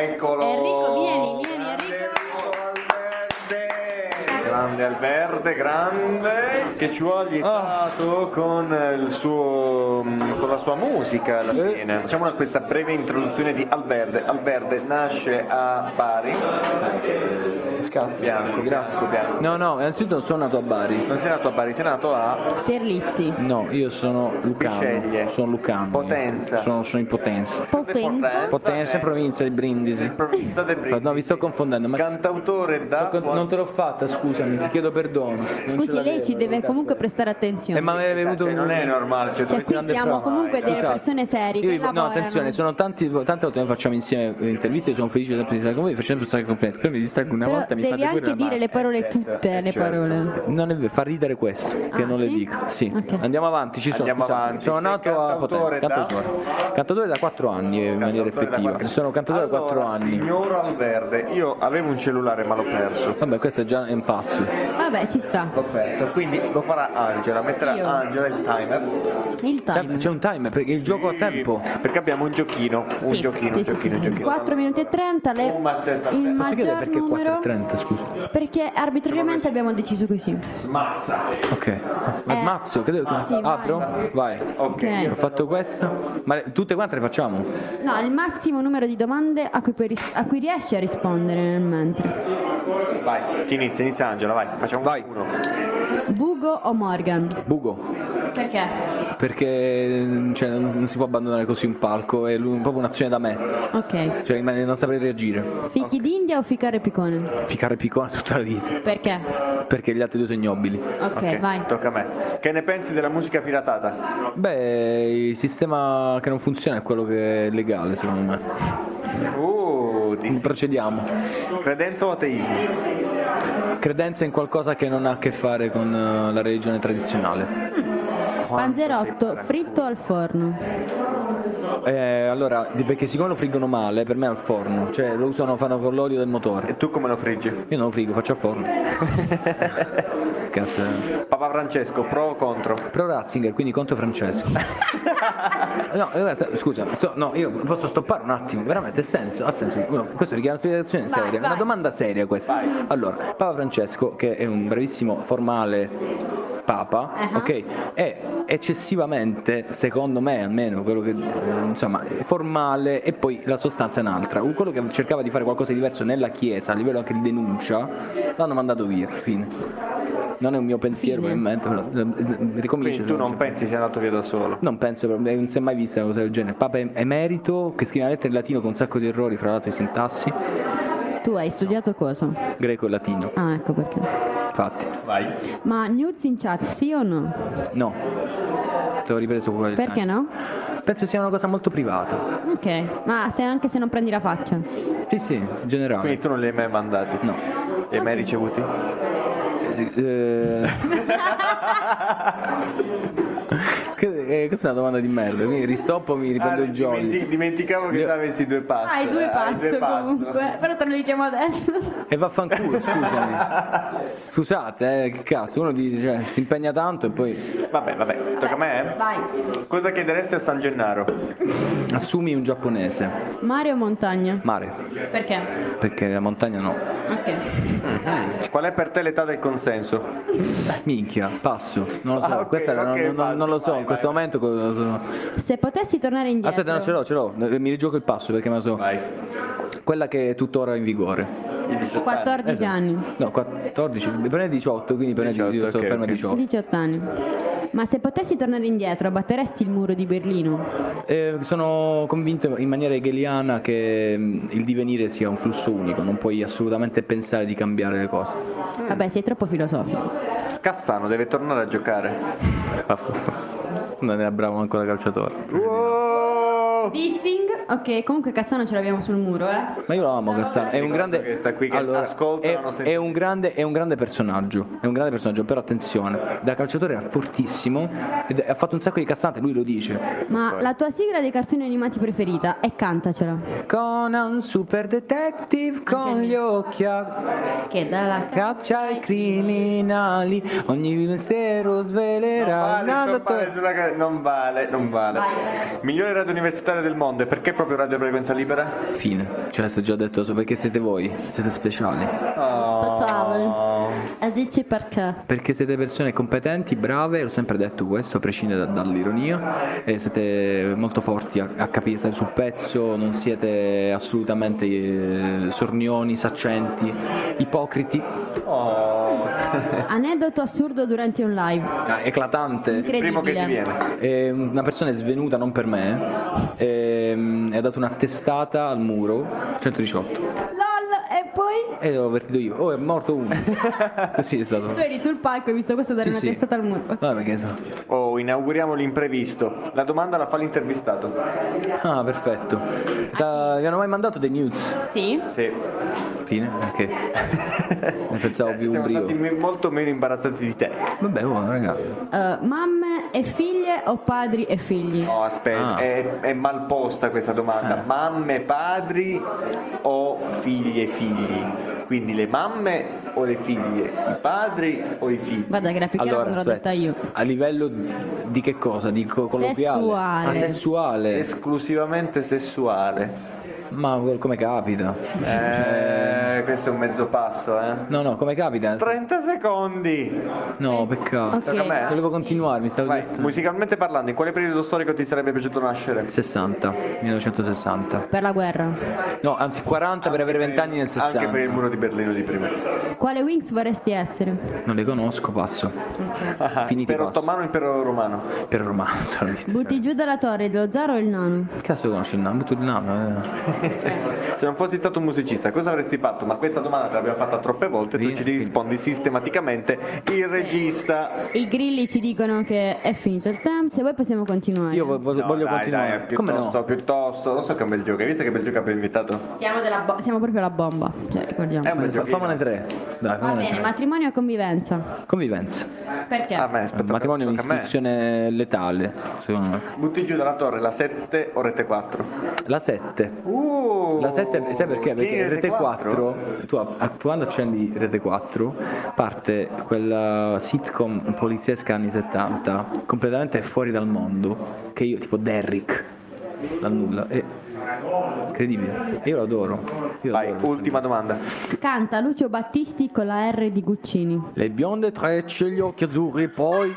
Eccolo. Enrico, vieni Enrico. Grande Alberde, grande, che ci ha lietato con la sua musica alla fine. Facciamo questa breve introduzione di Alberde. Alberde nasce a Bari. Bianco, grazie. bianco. No, innanzitutto non sono nato a Bari. Non sei nato a Bari, sei nato a Terlizzi. No, io sono lucano. Bisceglie. Sono lucano. Potenza. Sono in Potenza. Potenza, provincia di Brindisi. Provincia di Brindisi. No, vi sto confondendo. Ma cantautore da... non te l'ho fatta, scusami, ti chiedo perdono. Scusi, lei ci deve comunque prestare attenzione. Ma mi è venuto non è normale. Cioè qui siamo comunque delle persone serie che lavorano. No, attenzione, sono tante volte noi facciamo insieme interviste, sono felice sempre di stare con voi, facendo un sacco di complimenti. Poi mi distraggo una volta, mi devi fate pure anche la mano. dire le parole tutte, le parole. Non è vero, fa ridere questo, che non le sì? dico. Sì. Okay. Andiamo avanti, Andiamo avanti. Sono Sei nato a Potenza, cantautore da 4 anni in maniera effettiva. Sono cantautore da 4 anni. Signor Alberde, io avevo un cellulare ma l'ho perso. Vabbè, questo è già un passo. Vabbè, ci sta. L'ho perso, quindi lo farà Angela, metterà Io. Angela il timer. Il time. C'è un timer perché il gioco a tempo. Perché abbiamo un giochino. Sì, Un giochino. 4 minuti e 30, mazzetta il al Posso chiedere maggior perché numero. 4:30, scusa? Perché arbitrariamente abbiamo deciso così. Smazza. Ok. Ma smazzo, che devo... sì, apro? Vai. Ok. Ok. Ho fatto questo. Ma tutte quante le facciamo? No, il massimo numero di domande a cui riesci a rispondere nel mentre. Vai, chi inizia? Inizia Angela, vai. Facciamo uno. Bugo o Morgan? Bugo. Perché? Perché cioè, non si può abbandonare così un palco, è proprio un'azione da me. Ok. Cioè non saprei reagire. Fichi d'India o ficare piccone? Ficcare piccone tutta la vita. Perché? Perché gli altri due sono ignobili. Ok, vai. Tocca a me. Che ne pensi della musica piratata? Beh, il sistema che non funziona è quello che è legale, secondo me. Procediamo. Credenza o ateismo? Credenza in qualcosa che non ha a che fare con la religione tradizionale. Panzerotto, fritto o al forno? Allora, perché siccome lo friggono male, per me è al forno, cioè lo fanno con l'olio del motore. E tu come lo friggi? Io non lo frigo, faccio a forno. Cazzo. Papa Francesco, pro o contro? Pro Ratzinger, quindi contro Francesco. No, scusa, no, io posso stoppare un attimo, veramente ha senso. Questo richiede una spiegazione seria, una domanda seria questa. Vai. Allora, Papa Francesco, che è un bravissimo formale Papa, ok, è eccessivamente, secondo me almeno, quello che insomma, formale e poi la sostanza è un'altra. Quello che cercava di fare qualcosa di diverso nella Chiesa, a livello anche di denuncia, l'hanno mandato via, fine. Non è un mio pensiero, ovviamente, però ricomincio. Quindi tu non pensi sia andato via da solo? Non penso, non si è mai vista una cosa del genere. Papa emerito, che scrive una lettera in latino con un sacco di errori, fra l'altro di sintassi. Tu hai studiato cosa? Greco e latino. Ah, ecco perché. Infatti. Vai. Ma nudes in chat, sì o no? No. Te l'ho ripreso quello del Perché time. no? Penso sia una cosa molto privata. Ok, ma anche se non prendi la faccia. Sì, in generale. Quindi tu non li hai mai mandati? No. Li hai mai ricevuti? Questa è una domanda di merda, quindi ristoppo, mi riprendo il gioco. Dimenticavo che tu avessi due passi. Hai due passo comunque, però te lo diciamo adesso. E vaffanculo, scusami. Scusate, che cazzo, uno dice, cioè, si impegna tanto e poi... Vabbè, tocca a me? Vai. Cosa chiederesti a San Gennaro? Assumi un giapponese. Mare o montagna? Mare, Perché? perché la montagna no. Ok. Qual è per te l'età del consenso? Minchia, passo. Non lo so, Ah, ok, questa ok, non lo so, vai, in questo vai. momento cosa sono. Se potessi tornare indietro. Aspetta, no, ce l'ho, mi rigioco il passo perché me lo so. Vai. Quella che è tuttora in vigore. I 18 14 anni. No, 14, prende 18, quindi prende 18, io sono ok, fermo a ok. 18. 18 anni. Ma se potessi tornare indietro, abbatteresti il muro di Berlino? Sono convinto in maniera hegeliana che il divenire sia un flusso unico, non puoi assolutamente pensare di cambiare le cose. Vabbè, sei troppo filosofico. Cassano deve tornare a giocare. Non era bravo manco da calciatore. Dissing? Ok, comunque Cassano ce l'abbiamo sul muro, Ma io lo amo Cassano, è un grande che sta qui, che ascolta, non sente. è un grande personaggio, però attenzione, da calciatore era fortissimo ed ha fatto un sacco di cazzate, lui lo dice. Ma la tua sigla dei cartoni animati preferita è cantacela. Conan Super Detective con gli occhi Che dalla caccia ai criminali, ogni mistero svelerà. Non vale. Migliore radio universitaria del mondo, e perché proprio Radio Frequenza Libera? Fine. Cioè, se già detto, perché siete voi, siete speciali. Spaziale. E dici perché? Perché siete persone competenti, brave, ho sempre detto questo, a prescindere dall'ironia, e siete molto forti a capire, stare sul pezzo, non siete assolutamente sornioni, saccenti, ipocriti. Aneddoto assurdo durante un live. Eclatante. Primo che ti Incredibile. viene. Una persona è svenuta, non per me, e ha dato una testata al muro, 118. LOL, e poi? E l'ho avvertito io, oh è morto uno. Così è stato. Tu eri sul palco e hai visto questo dare Sì, una sì. testata al muro. No, perché Oh, inauguriamo l'imprevisto. La domanda la fa l'intervistato. Ah, perfetto. Vi hanno mai mandato dei nudes? Sì? Sì. Fine? Ok. Ne pensavo più Siamo brio. stati molto meno imbarazzati di te. Vabbè, buono, raga. Mamme e figlie o padri e figli? No, aspetta, Ah. è mal posta questa domanda. Mamme, padri o figlie e figli? Quindi le mamme o le figlie? I padri o i figli? Guarda che era più chiaro Allora, quando l'ho aspetta, detta io. a livello di che cosa? Di colloquiale? Sessuale. Ah, sessuale. Esclusivamente sessuale. Ma come capita? Questo è un mezzo passo, eh. No, come capita? 30 secondi. No, peccato. Ok. Tocca a me, eh? Volevo continuare, mi stavo Vai, divertendo. musicalmente parlando, in quale periodo storico ti sarebbe piaciuto nascere? 60, 1960. Per la guerra. No, anzi 40 per avere 20 anni nel 60. Anche per il muro di Berlino di prima. Quale Wings vorresti essere? Non le conosco, passo. Finiti Per passo. ottomano e impero romano. Per romano, totalmente. Butti giù dalla torre dello zar o il nano? Che cazzo conosci il nano? Butto il nano. Se non fossi stato un musicista, cosa avresti fatto? Ma questa domanda te l'abbiamo fatta troppe volte, tu Sì. ci rispondi sistematicamente il regista. I grilli ci dicono che è finito il tempo, se vuoi possiamo continuare. Io voglio No, dai, continuare. dai, Come no? piuttosto, lo so che è un bel gioco, hai visto che bel gioco abbiamo invitato? Siamo proprio la bomba, cioè ricordiamo. È un bel giochino. Fammone 3. Dai, Va fammone bene, 3. matrimonio o convivenza? Convivenza. Perché? A me, Il aspetta, matrimonio è tocca a me. un'istituzione letale, secondo me. Butti giù dalla torre la 7 o rete 4? La 7. La 7, sai perché? Perché Rete 4, quando accendi Rete 4 parte quella sitcom poliziesca anni 70 completamente fuori dal mondo, che io tipo Derrick dal nulla, è incredibile, io lo adoro. Vai, ultima domanda. Canta Lucio Battisti con la R di Guccini. Le bionde trecce, gli occhi azzurri e poi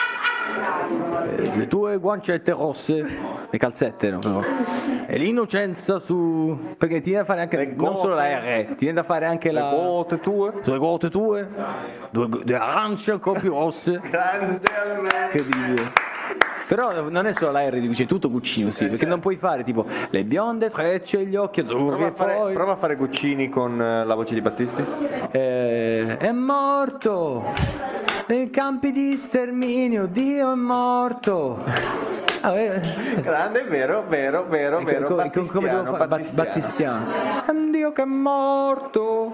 le tue guancette rosse, le calzette no però, e l'innocenza su, perché ti viene da fare anche Le non solo la gote. R, ti viene da fare anche Le la quote tue? sulle gote tue, due arance ancora più rosse. Grande Alberto. Incredibile. Però non è solo la R di Guccini, è tutto Guccini, sì, perché non puoi fare tipo le bionde trecce, gli occhi azzurri e poi Prova a fare Guccini con la voce di Battisti. è morto nei campi di sterminio, Dio è morto. Grande, vero. Come devo fare? Battistiano. È un Dio che è morto.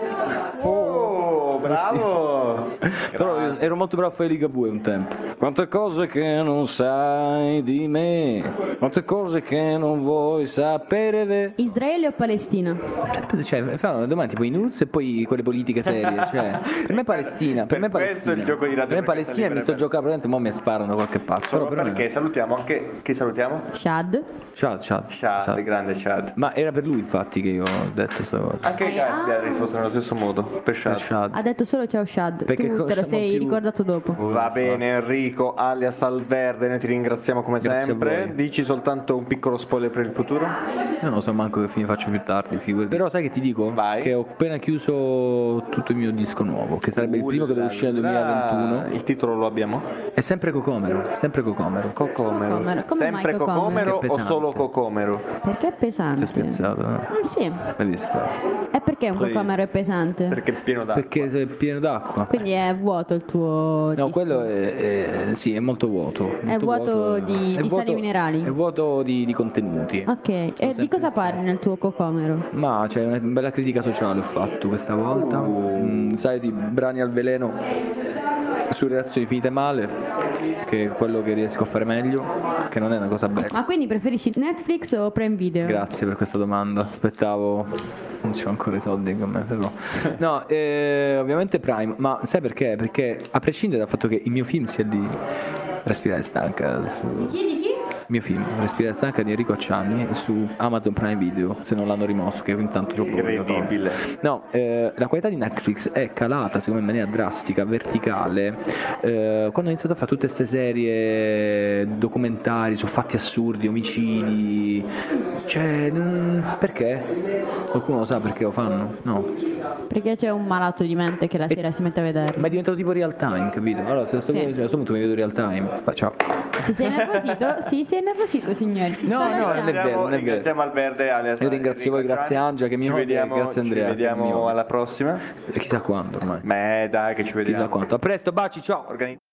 Oh, bravo. Però io ero molto bravo a fare Ligabue un tempo. Quante cose che non sai di me, quante cose che non vuoi sapere. Israele o Palestina? Cioè, fanno le domande tipo i nudes e poi quelle politiche serie. Cioè, per me Palestina, per me Per questo Palestina. il gioco di Radio Per me Frequenza Palestina mi Libera sto per- giocando, probabilmente mo mi sparano da qualche parte. Solo Però per me- perché salutiamo anche. Chi salutiamo? Shad. Chad, grande Chad. Ma era per lui infatti che io ho detto questa cosa. Anche Gatsby ha risposto nello stesso modo. Per Chad. Shad. Ha detto solo ciao Shad. Perché Tu te lo conosciamo sei più- ricordato dopo. Va bene Enrico, alias Alverde, noi ti ringraziamo come Grazie a sempre. voi. Dici soltanto un piccolo spoiler per il futuro. Io non so manco che fine faccio più tardi, figurati. Però sai che ti dico? Vai. Che ho appena chiuso tutto il mio disco nuovo, che sarebbe il primo che deve uscire nel 2021. Il titolo lo abbiamo? È sempre Cocomero, sempre Cocomero. Cocomero. Cocomero. Come Sempre mai Cocomero? Cocomero Che o pesante. solo Cocomero? Perché è Ti pesante? ho spiazzato, no? Sì. L'hai visto? E perché un cocomero è pesante? Perché è pieno d'acqua. Perché sei pieno d'acqua. Quindi è vuoto il tuo No, disco. quello sì, è molto vuoto. È vuoto di sali minerali? È vuoto di contenuti. Ok, e di cosa parli nel tuo cocomero? Ma c'è una bella critica sociale ho fatto questa volta. Sai, di brani al veleno su reazioni finite male, che è quello che riesco a fare meglio, che non è una cosa bella. Ma quindi preferisci Netflix o Prime Video? Grazie per questa domanda, aspettavo, non c'ho ancora i soldi con me però. No, ovviamente Prime, ma sai perché? Perché a prescindere dal fatto che il mio film sia di Respirare stanca Chi di chi? mio film, Respirare stanca di Enrico Acciani, su Amazon Prime Video, se non l'hanno rimosso, che intanto c'ho Incredibile. No, la qualità di Netflix è calata secondo me in maniera drastica, verticale, quando ho iniziato a fare tutte queste serie documentari su fatti assurdi, omicidi, cioè, perché? Qualcuno lo sa perché lo fanno? No. Perché c'è un malato di mente che la sera si mette a vedere. Ma è diventato tipo real time, capito? Allora, se sto Sì. a questo punto mi vedo real time. Ciao. Ti sei nervosito? Sì, sei nervosito, signori. Ti No, sto no, lasciando. non è vero, non è vero. Ringraziamo Alberde alias Io ringrazio voi, Enrico grazie Acciani. Angia che mi Ci odia, vediamo, grazie Andrea Ci che mi vediamo odia. alla prossima. E chissà quando ormai. Dai che ci vediamo. Chissà quanto. A presto, baci, ciao.